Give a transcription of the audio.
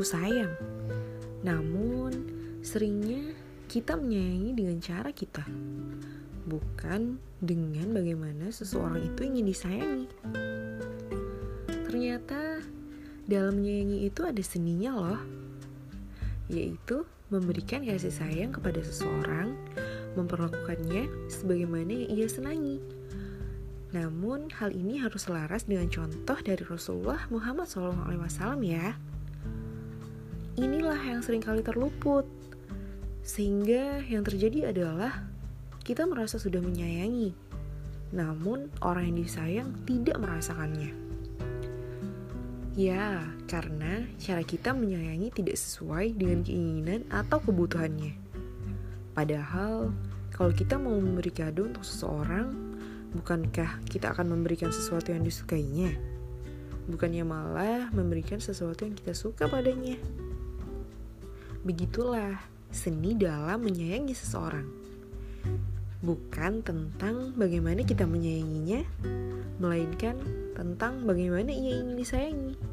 berlaku sayang. Namun, seringnya kita menyayangi dengan cara kita, bukan dengan bagaimana seseorang itu ingin disayangi. Ternyata, dalam menyayangi itu ada seninya loh, yaitu memberikan kasih sayang kepada seseorang, memperlakukannya sebagaimana yang ia senangi. Namun, hal ini harus selaras dengan contoh dari Rasulullah Muhammad SAW ya. Inilah yang seringkali terluput, sehingga yang terjadi adalah kita merasa sudah menyayangi, namun orang yang disayang tidak merasakannya. Ya, karena cara kita menyayangi tidak sesuai dengan keinginan atau kebutuhannya. Padahal, kalau kita mau memberi kado untuk seseorang, bukankah kita akan memberikan sesuatu yang disukainya? Bukannya malah memberikan sesuatu yang kita suka padanya. Begitulah seni dalam menyayangi seseorang. Bukan tentang bagaimana kita menyayanginya, melainkan tentang bagaimana ia ingin disayangi.